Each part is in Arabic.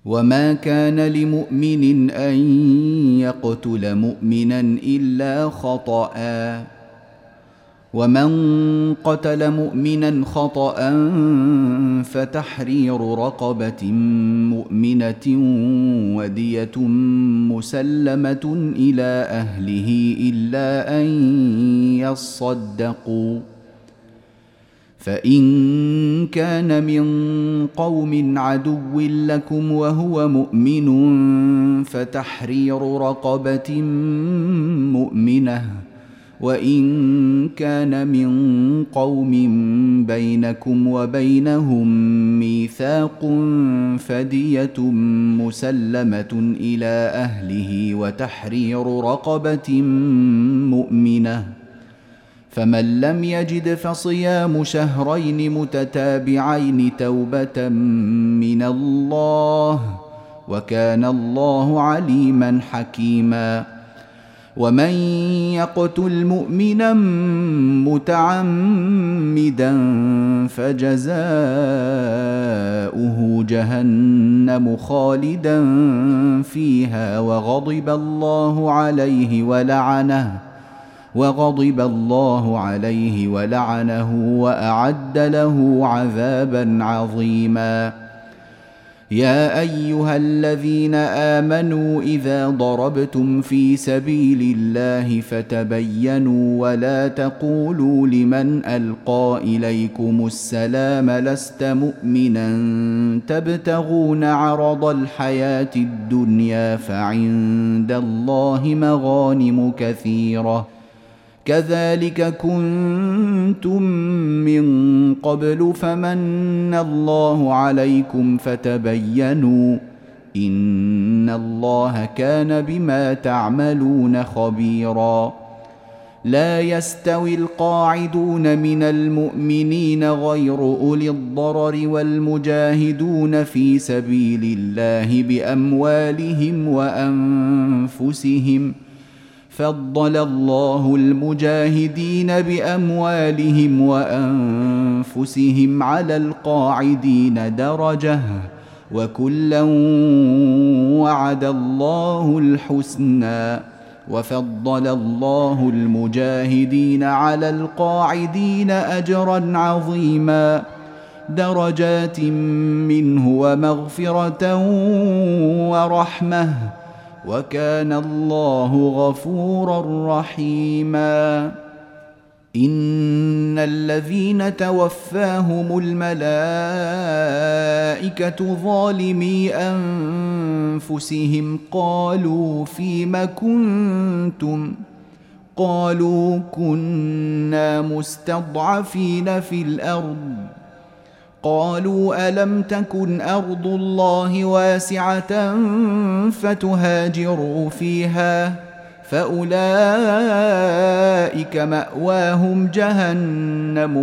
وما كان لمؤمن ان يقتل مؤمنا الا خطأ، ومن قتل مؤمنا خطأ فتحرير رقبة مؤمنة ودية مسلمة إلى أهله إلا أن يصدقوا، فإن كان من قوم عدو لكم وهو مؤمن فتحرير رقبة مؤمنة، وإن كان من قوم بينكم وبينهم ميثاق فدية مسلمة إلى أهله وتحرير رقبة مؤمنة، فمن لم يجد فصيام شهرين متتابعين توبة من الله، وكان الله عليما حكيما. ومن يقتل مؤمنا متعمدا فجزاؤه جهنم خالدا فيها وغضب الله عليه ولعنه وأعد له عذابا عظيما. يا أيها الذين آمنوا إذا ضربتم في سبيل الله فتبينوا ولا تقولوا لمن ألقى إليكم السلام لست مؤمنا تبتغون عرض الحياة الدنيا فعند الله مغانم كثيرة كذلك كنتم من قبل فمن الله عليكم فتبينوا إن الله كان بما تعملون خبيرا. لا يستوي القاعدون من المؤمنين غير أولي الضرر والمجاهدون في سبيل الله بأموالهم وأنفسهم، فضل الله المجاهدين بأموالهم وأنفسهم على القاعدين درجة، وكلا وعد الله الحسنى، وفضل الله المجاهدين على القاعدين أجرا عظيما، درجات منه ومغفرة ورحمة، وكان الله غفورا رحيما. إن الذين توفاهم الملائكة ظالمي أنفسهم قالوا فيم كنتم؟ قالوا كنا مستضعفين في الأرض. قالوا ألم تكن أرض الله واسعة فتهاجروا فيها فأولئك مأواهم جهنم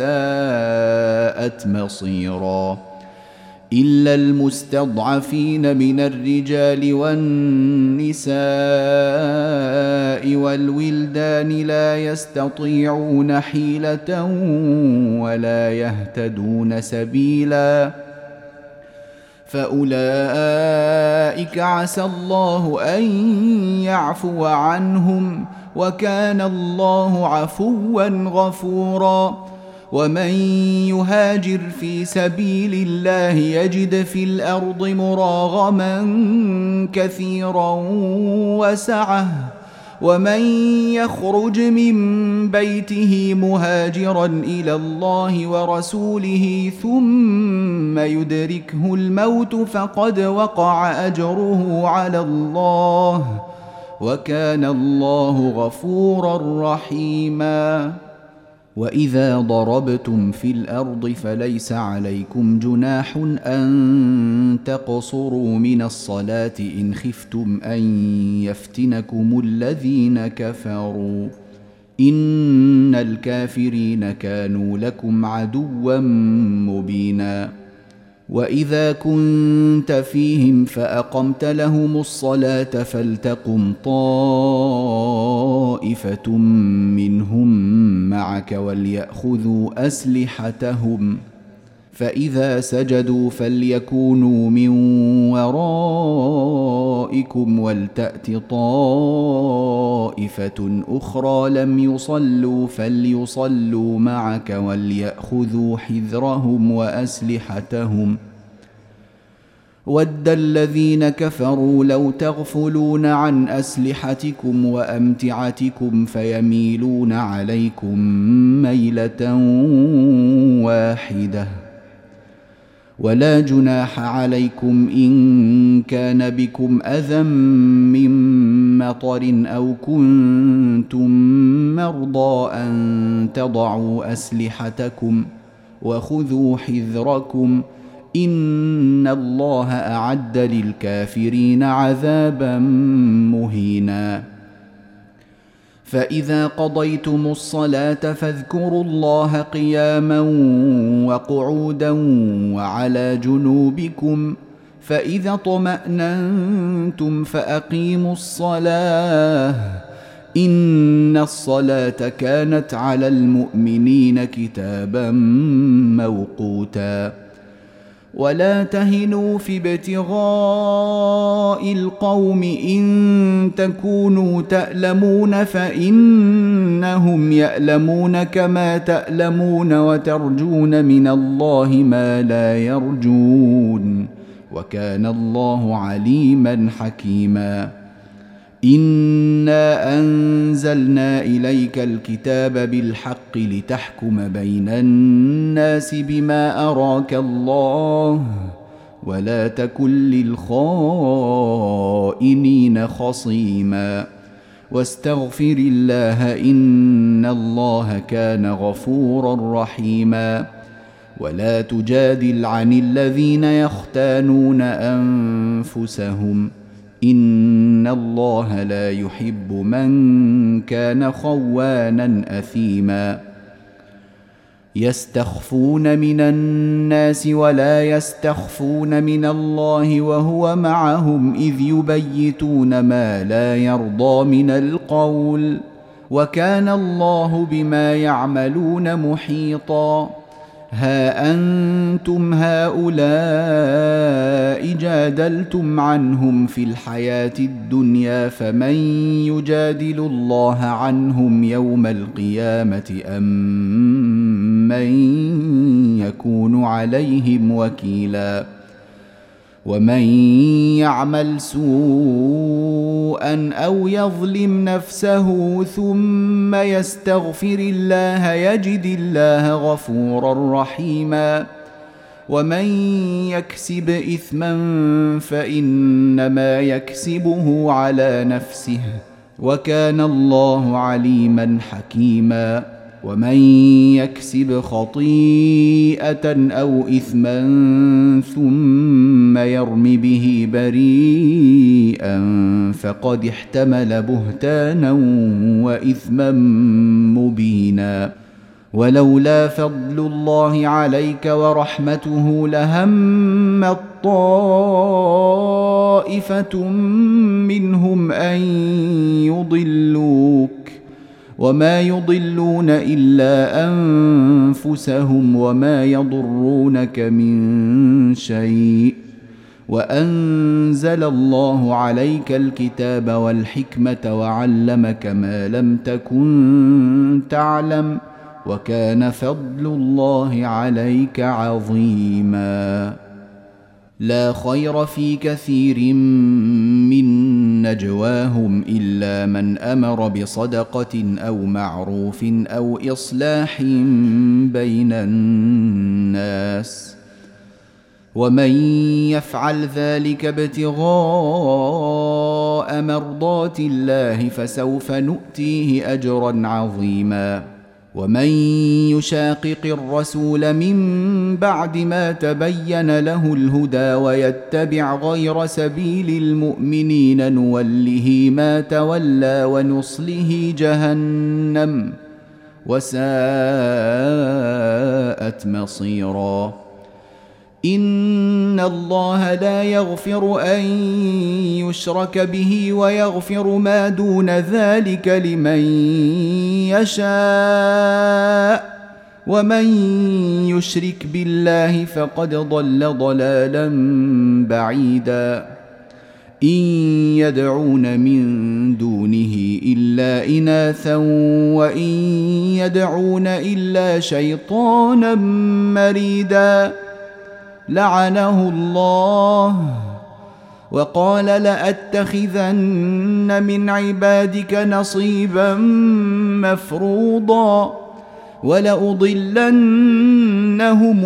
وساءت مصيرا. إلا المستضعفين من الرجال والنساء والولدان لا يستطيعون حيلة ولا يهتدون سبيلا، فأولئك عسى الله أن يعفو عنهم، وكان الله عفوا غفورا. ومن يهاجر في سبيل الله يجد في الأرض مراغما كثيرا وسعة، ومن يخرج من بيته مهاجرا إلى الله ورسوله ثم يدركه الموت فقد وقع أجره على الله، وكان الله غفورا رحيما. وإذا ضربتم في الأرض فليس عليكم جناح أن تقصروا من الصلاة إن خفتم أن يفتنكم الذين كفروا، إن الكافرين كانوا لكم عدوا مبينا. وإذا كنت فيهم فأقمت لهم الصلاة فلتقم طائفة منهم معك وليأخذوا أسلحتهم، فإذا سجدوا فليكونوا من ورائكم ولتأت طائفة أخرى لم يصلوا فليصلوا معك وليأخذوا حذرهم وأسلحتهم ود الذين كفروا لو تغفلون عن أسلحتكم وأمتعتكم فيميلون عليكم ميلة واحدة ولا جناح عليكم إن كان بكم أذى من مطر أو كنتم مرضى أن تضعوا أسلحتكم وخذوا حذركم إن الله أعد للكافرين عذابا مهينا فإذا قضيتم الصلاة فاذكروا الله قياما وقعودا وعلى جنوبكم فإذا اطمأننتم فأقيموا الصلاة إن الصلاة كانت على المؤمنين كتابا موقوتا ولا تهنوا في ابتغاء القوم إن تكونوا تألمون فإنهم يألمون كما تألمون وترجون من الله ما لا يرجون وكان الله عليما حكيما إنا أنزلنا إليك الكتاب بالحق لتحكم بين الناس بما أراك الله ولا تكن للخائنين خصيما واستغفر الله إن الله كان غفورا رحيما ولا تجادل عن الذين يختانون أنفسهم إن الله لا يحب من كان خوانا أثيما يستخفون من الناس ولا يستخفون من الله وهو معهم إذ يبيتون ما لا يرضى من القول وكان الله بما يعملون محيطا ها أنتم هؤلاء جادلتم عنهم في الحياة الدنيا فمن يجادل الله عنهم يوم القيامة أم من يكون عليهم وكيلا ومن يعمل سوءا أو يظلم نفسه ثم يستغفر الله يجد الله غفورا رحيما ومن يكسب إثما فإنما يكسبه على نفسه وكان الله عليما حكيما ومن يكسب خطيئة أو إثما ثم يرم به بريئا فقد احتمل بهتانا وإثما مبينا ولولا فضل الله عليك ورحمته لهمت طائفة منهم أن يضلوك وما يضلون إلا أنفسهم وما يضرونك من شيء وأنزل الله عليك الكتاب والحكمة وعلمك ما لم تكن تعلم وكان فضل الله عليك عظيما لا خير في كثير من نجواهم إلا من أمر بصدقة أو معروف أو إصلاح بين الناس ومن يفعل ذلك ابتغاء مرضات الله فسوف نؤتيه أجرا عظيما ومن يشاقق الرسول من بعد ما تبين له الهدى ويتبع غير سبيل المؤمنين نوله ما تولى ونصله جهنم وساءت مصيرا إن الله لا يغفر أن يشرك به ويغفر ما دون ذلك لمن يشاء ومن يشرك بالله فقد ضل ضلالا بعيدا إن يدعون من دونه إلا إناثا وإن يدعون إلا شيطانا مريدا لعنه الله وقال لأتخذن من عبادك نصيبا مفروضا ولأضلنهم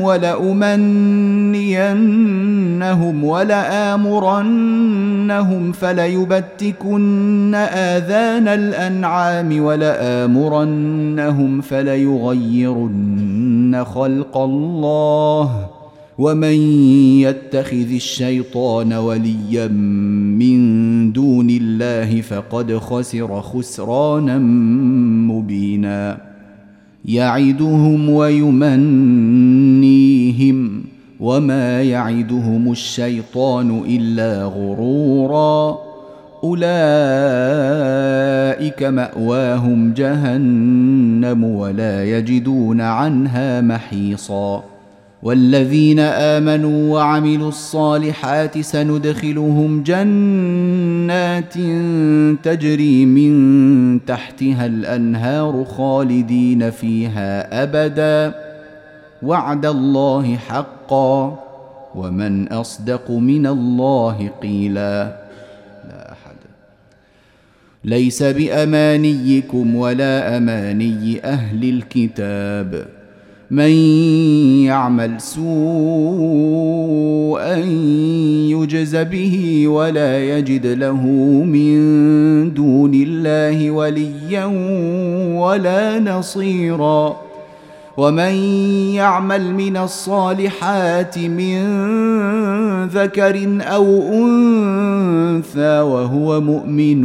ولأمنينهم ولآمرنهم فليبتكن آذان الأنعام ولآمرنهم فليغيرن خلق الله ومن يتخذ الشيطان وليا من دون الله فقد خسر خسرانا مبينا يعدهم ويمنيهم وما يعدهم الشيطان إلا غرورا أولئك مأواهم جهنم ولا يجدون عنها محيصا والذين آمنوا وعملوا الصالحات سندخلهم جنات تجري من تحتها الأنهار خالدين فيها أبدا وعد الله حقا ومن أصدق من الله قيلا لا أحد ليس بأمانيكم ولا أماني أهل الكتاب من يعمل سوءا يجز به ولا يجد له من دون الله وليا ولا نصيرا ومن يعمل من الصالحات من ذكر أو أنثى وهو مؤمن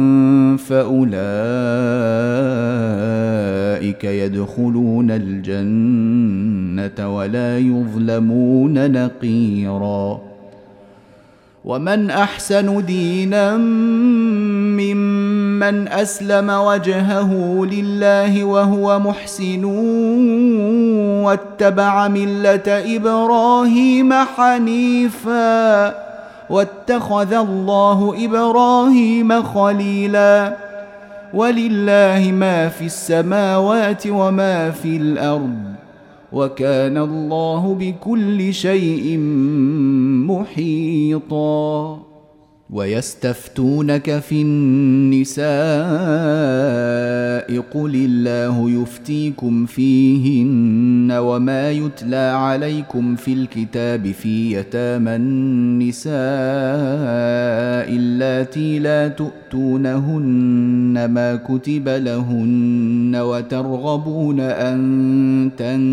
فأولئك يدخلون الجنة ولا يظلمون نقيرا ومن أحسن دينا ممن أسلم وجهه لله وهو محسن واتبع ملة إبراهيم حنيفا واتخذ الله إبراهيم خليلا ولله ما في السماوات وما في الأرض وكان الله بكل شيء محيطا ويستفتونك في النساء قل الله يفتيكم فيهن وما يتلى عليكم في الكتاب في يتامى النساء اللاتي لا تؤتونهن ما كتب لهن وترغبون أن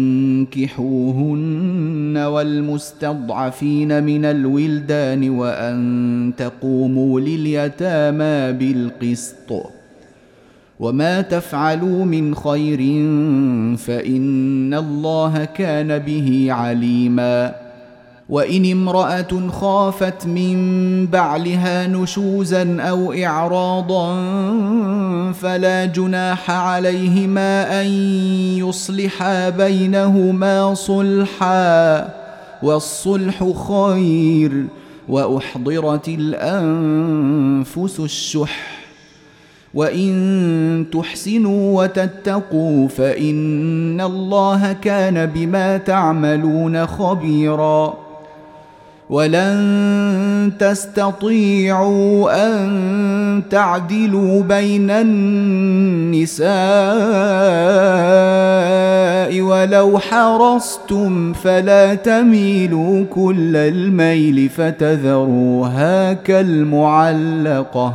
تنكحوهن والمستضعفين من الولدان وأن تقوموا لليتامى بالقسط وما تفعلوا من خير فإن الله كان به عليما وإن امرأة خافت من بعلها نشوزا أو إعراضا فلا جناح عليهما أن يصلحا بينهما صلحا والصلح خير وأحضرت الأنفس الشح وإن تحسنوا وتتقوا فإن الله كان بما تعملون خبيرا ولن تستطيعوا أن تعدلوا بين النساء ولو حرصتم فلا تميلوا كل الميل فتذروها كالمعلقة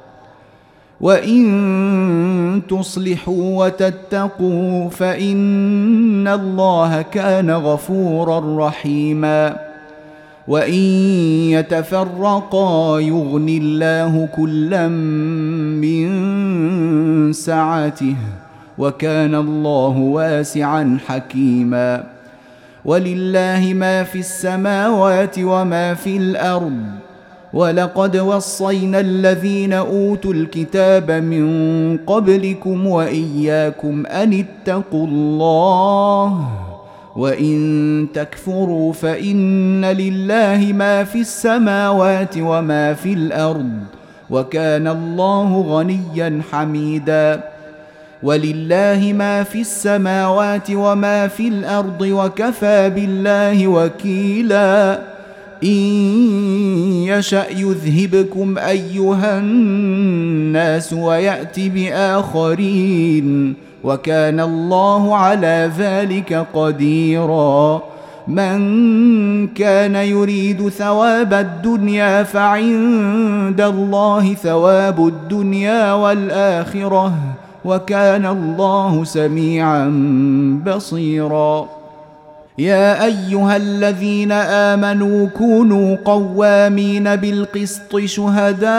وإن تصلحوا وتتقوا فإن الله كان غفورا رحيما وإن يتفرقا يغن الله كلا من سعته وكان الله واسعا حكيما ولله ما في السماوات وما في الأرض ولقد وصينا الذين أوتوا الكتاب من قبلكم وإياكم أن اتقوا الله وإن تكفروا فإن لله ما في السماوات وما في الأرض وكان الله غنيا حميدا ولله ما في السماوات وما في الأرض وكفى بالله وكيلا إن يشأ يذهبكم أيها الناس ويأت بآخرين وكان الله على ذلك قديرا من كان يريد ثواب الدنيا فعند الله ثواب الدنيا والآخرة وكان الله سميعا بصيرا يا أيها الذين آمنوا كونوا قوامين بالقسط شهداء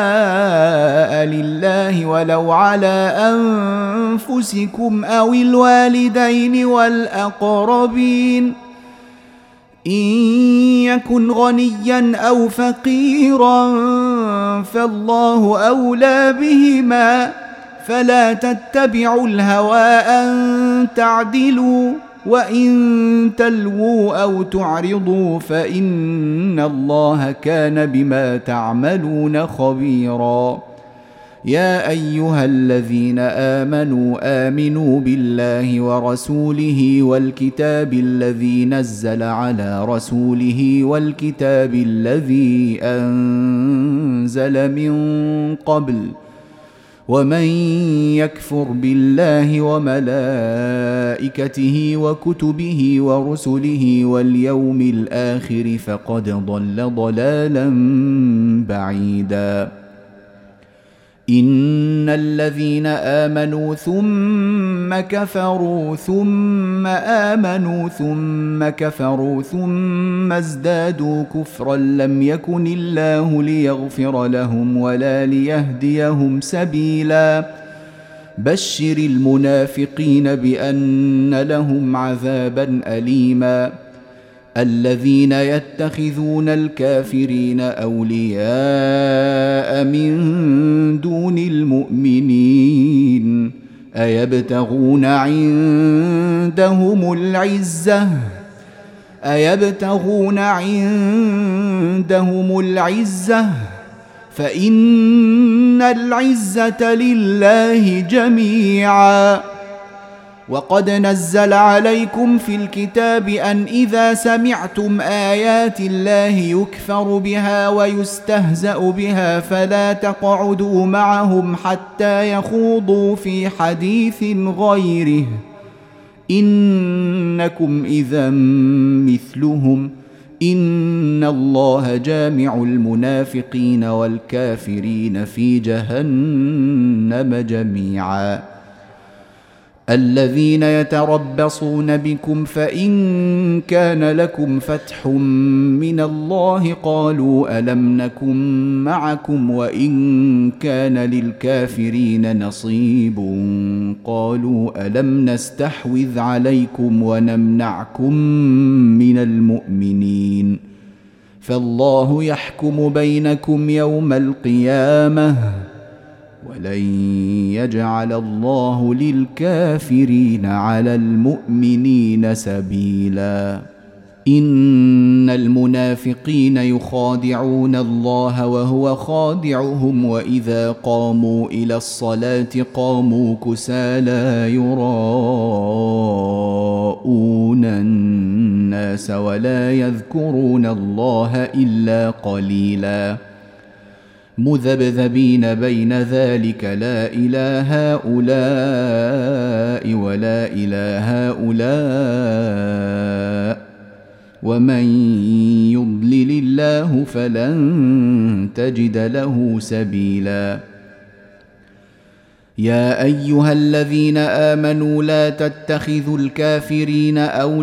لله ولو على أنفسكم أو الوالدين والأقربين إن يكن غنيا أو فقيرا فالله أولى بهما فلا تتبعوا الهوى أن تعدلوا وإن تلووا أو تعرضوا فإن الله كان بما تعملون خبيرا يا أيها الذين آمنوا بالله ورسوله والكتاب الذي نزل على رسوله والكتاب الذي أنزل من قبل ومن يكفر بالله وملائكته وكتبه ورسله واليوم الآخر فقد ضل ضلالا بعيدا إن الذين آمنوا ثم كفروا ثم آمنوا ثم كفروا ثم ازدادوا كفرا لم يكن الله ليغفر لهم ولا ليهديهم سبيلا بشر المنافقين بأن لهم عذابا أليما الذين يتخذون الكافرين أولياء من دون المؤمنين أيبتغون عندهم العزة فإن العزة لله جميعا وقد نزل عليكم في الكتاب أن إذا سمعتم آيات الله يكفر بها ويستهزأ بها فلا تقعدوا معهم حتى يخوضوا في حديث غيره إنكم إذا مثلهم إن الله جامع المنافقين والكافرين في جهنم جميعا الذين يتربصون بكم فإن كان لكم فتح من الله قالوا ألم نكن معكم وإن كان للكافرين نصيب قالوا ألم نستحوذ عليكم ونمنعكم من المؤمنين فالله يحكم بينكم يوم القيامة ولن يجعل الله للكافرين على المؤمنين سبيلا إن المنافقين يخادعون الله وهو خادعهم وإذا قاموا إلى الصلاة قاموا كسالى يراءون الناس ولا يذكرون الله إلا قليلا مذبذبين بين ذلك لا إلى هؤلاء ولا إلى هؤلاء ومن يضلل الله فلن تجد له سبيلا يا أيها الذين آمنوا لا تتخذوا الكافرين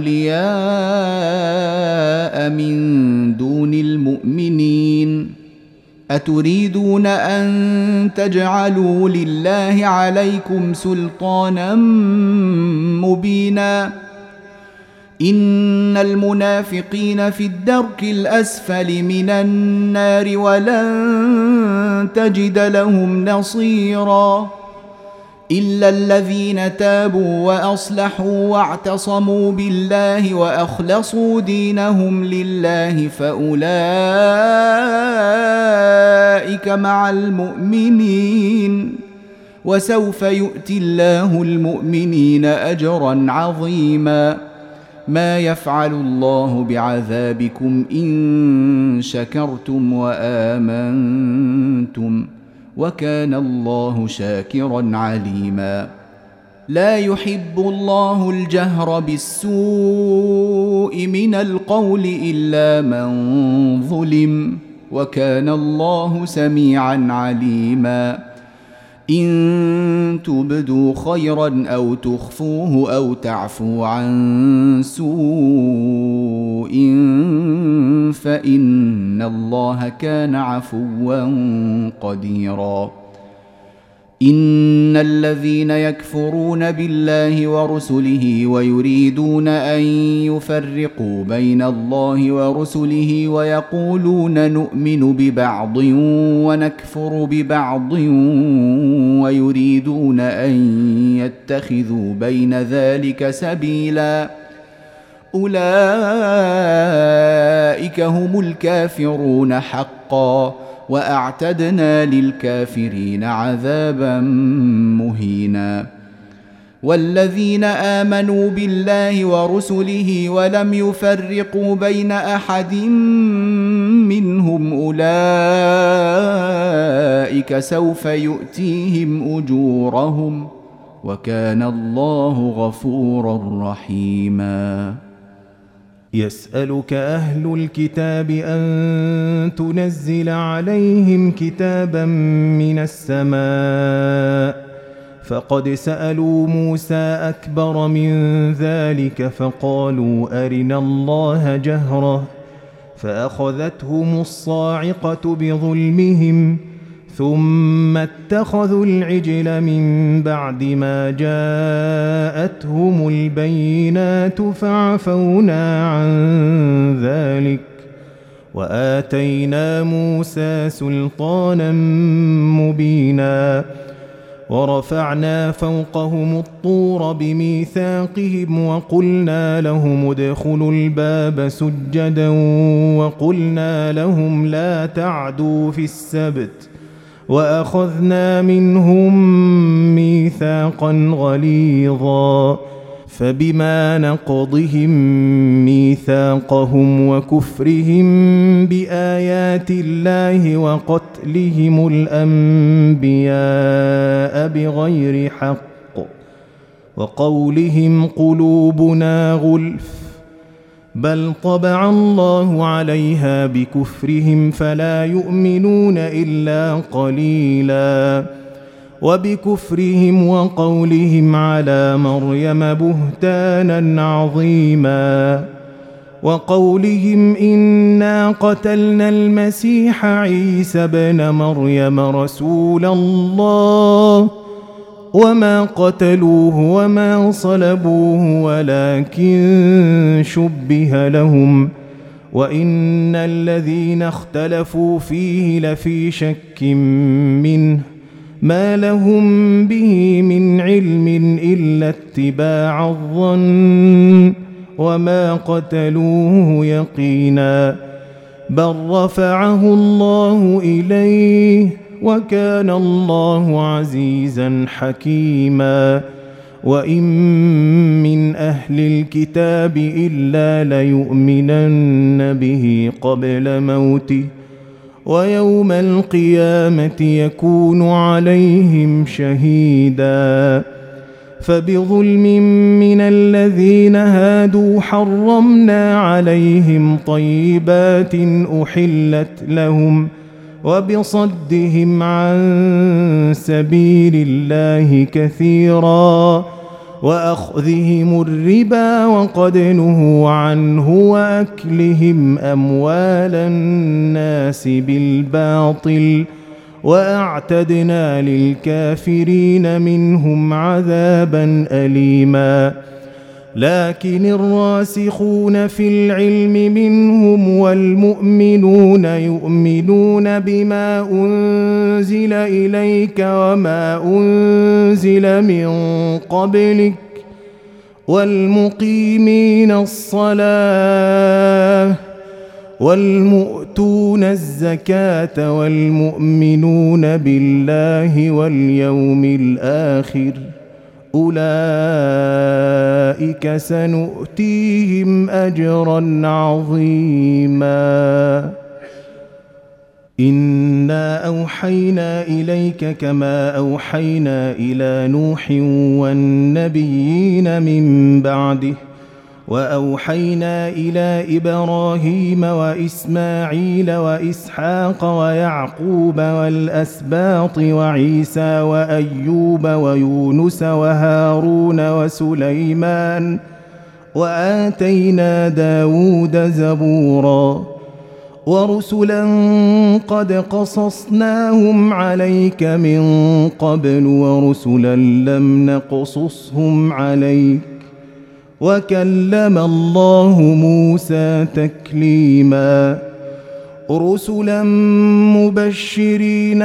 أولياء من دون المؤمنين أتريدون أن تجعلوا لله عليكم سلطانا مبينا إن المنافقين في الدرك الأسفل من النار ولن تجد لهم نصيرا إلا الذين تابوا وأصلحوا واعتصموا بالله وأخلصوا دينهم لله فأولئك مع المؤمنين وسوف يؤتي الله المؤمنين أجرا عظيما ما يفعل الله بعذابكم إن شكرتم وآمنتم وكان الله شاكرا عليما لا يحب الله الجهر بالسوء من القول إلا من ظلم وكان الله سميعا عليما إن تبدوا خيرا أو تخفوه أو تعفوا عن سوء فإن الله كان عفوا قديرا إن الذين يكفرون بالله ورسله ويريدون أن يفرقوا بين الله ورسله ويقولون نؤمن ببعض ونكفر ببعض ويريدون أن يتخذوا بين ذلك سبيلا أولئك هم الكافرون حقا وأعتدنا للكافرين عذابا مهينا والذين آمنوا بالله ورسله ولم يفرقوا بين أحد منهم أولئك سوف يؤتيهم أجورهم وكان الله غفورا رحيما يسألك أهل الكتاب أن تنزل عليهم كتابا من السماء فقد سألوا موسى أكبر من ذلك فقالوا أرنا الله جهرة فأخذتهم الصاعقة بظلمهم ثم اتخذوا العجل من بعد ما جاءتهم البينات فعفونا عن ذلك وآتينا موسى سلطانا مبينا ورفعنا فوقهم الطور بميثاقهم وقلنا لهم ادخلوا الباب سجدا وقلنا لهم لا تعدوا في السبت وأخذنا منهم ميثاقا غليظا فبما نقضهم ميثاقهم وكفرهم بآيات الله وقتلهم الأنبياء بغير حق وقولهم قلوبنا غلف بل طبع الله عليها بكفرهم فلا يؤمنون إلا قليلا وبكفرهم وقولهم على مريم بهتانا عظيما وقولهم إنا قتلنا المسيح عيسى ابن مريم رسول الله وما قتلوه وما صلبوه ولكن شبه لهم وإن الذين اختلفوا فيه لفي شك منه ما لهم به من علم إلا اتباع الظن وما قتلوه يقينا بل رفعه الله إليه وكان الله عزيزا حكيما وإن من أهل الكتاب إلا ليؤمنن به قبل موته ويوم القيامة يكون عليهم شهيدا فبظلم من الذين هادوا حرمنا عليهم طيبات أحلت لهم وبصدهم عن سبيل الله كثيرا وأخذهم الربا وقد نهوا عنه وأكلهم أموال الناس بالباطل وأعتدنا للكافرين منهم عذابا أليما لكن الراسخون في العلم منهم والمؤمنون يؤمنون بما أنزل إليك وما أنزل من قبلك والمقيمين الصلاة والمؤتون الزكاة والمؤمنون بالله واليوم الآخر أولئك سنؤتيهم أجرا عظيما إنا أوحينا إليك كما أوحينا إلى نوح والنبيين من بعده وأوحينا إلى إبراهيم وإسماعيل وإسحاق ويعقوب والأسباط وعيسى وأيوب ويونس وهارون وسليمان وآتينا داود زبورا ورسلا قد قصصناهم عليك من قبل ورسلا لم نقصصهم عليك وكلم الله موسى تكليما رسلا مبشرين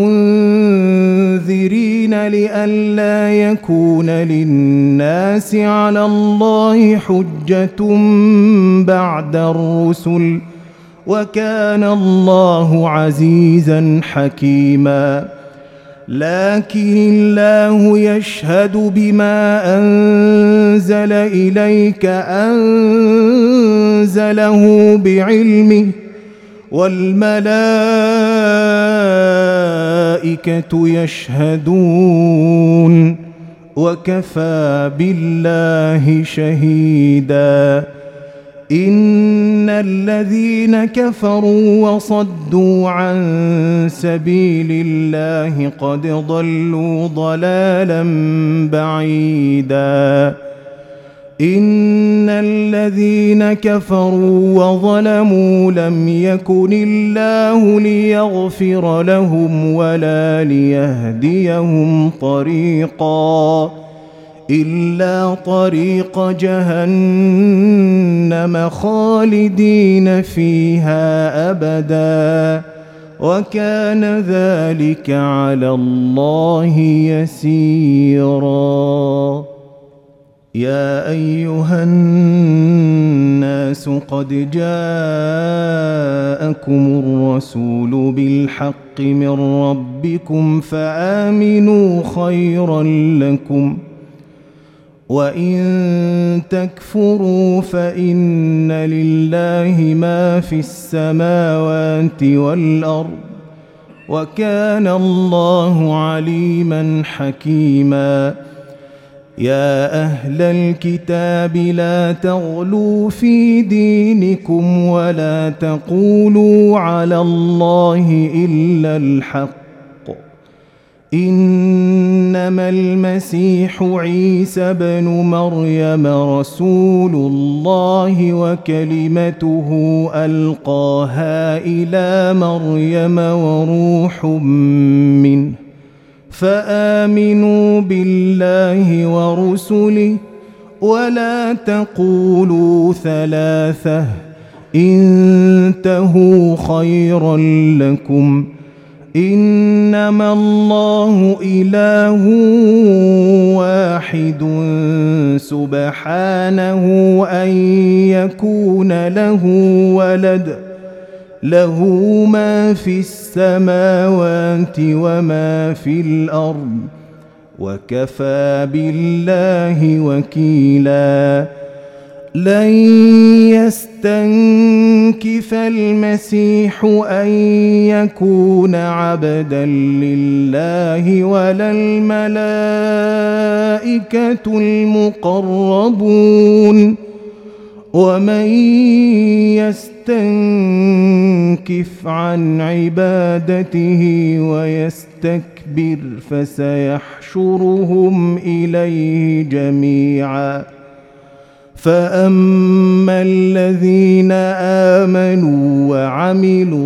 ومنذرين لئلا يكون للناس على الله حجة بعد الرسل وكان الله عزيزا حكيما لكن الله يشهد بما أنزل إليك أنزله بعلمه والملائكة يشهدون وكفى بالله شهيدا إن الذين كفروا وصدوا عن سبيل الله قد ضلوا ضلالا بعيدا إن الذين كفروا وظلموا لم يكن الله ليغفر لهم ولا ليهديهم طريقا إلا طريق جهنم خالدين فيها أبدا وكان ذلك على الله يسيرا يا أيها الناس قد جاءكم الرسول بالحق من ربكم فآمنوا خيرا لكم وإن تكفروا فإن لله ما في السماوات والأرض وكان الله عليما حكيما يا أهل الكتاب لا تغلوا في دينكم ولا تقولوا على الله إلا الحق إنما المسيح عيسى بن مريم رسول الله وكلمته ألقاها إلى مريم وروح منه فآمنوا بالله ورسله ولا تقولوا ثلاثة انتهوا خيرا لكم إنما الله إله واحد سبحانه أن يكون له ولد له ما في السماوات وما في الأرض وكفى بالله وكيلا لن يستنكف المسيح أن يكون عبدا لله ولا الملائكة المقربون ومن يستنكف عن عبادته ويستكبر فسيحشرهم إليه جميعا فأما الذين آمنوا وعملوا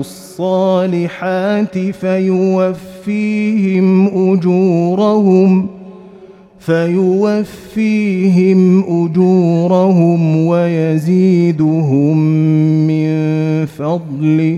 الصالحات فيوفيهم أجورهم ويزيدهم من فضله.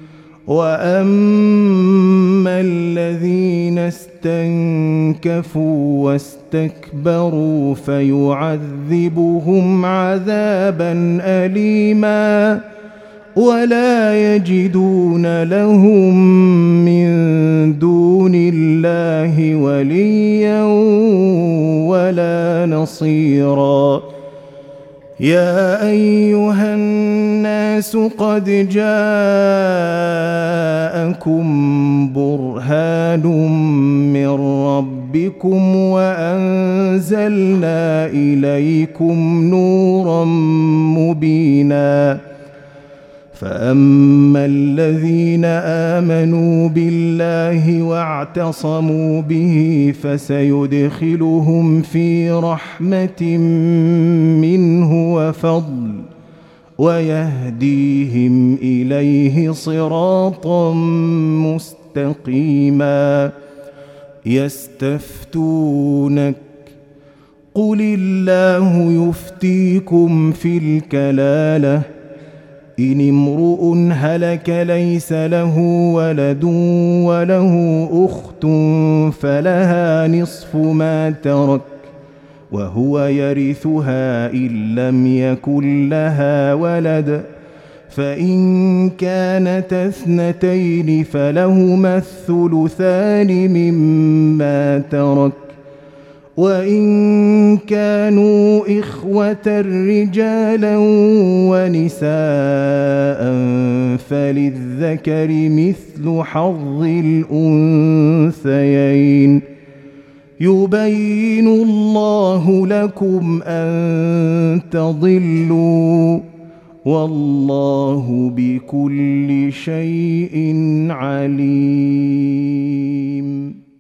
وأما الذين استنكفوا واستكبروا فيعذبهم عذابا أليما ولا يجدون لهم من دون الله وليا ولا نصيرا. يا أيها الناس قد جاءكم برهان من ربكم وأنزلنا إليكم نورا مبينا. فأما الذين آمنوا بالله واعتصموا به فسيدخلهم في رحمة منه وفضل ويهديهم إليه صراطا مستقيما. يستفتونك قل الله يفتيكم في الكلالة إن امرؤ هلك ليس له ولد وله أخت فلها نصف ما ترك وهو يرثها إن لم يكن لها ولد فإن كانتا اثنتين فلهما الثلثان مما ترك وإن كانوا إخوة رجالا ونساء فللذكر مثل حظ الأنثيين. يبين الله لكم أن تضلوا والله بكل شيء عليم.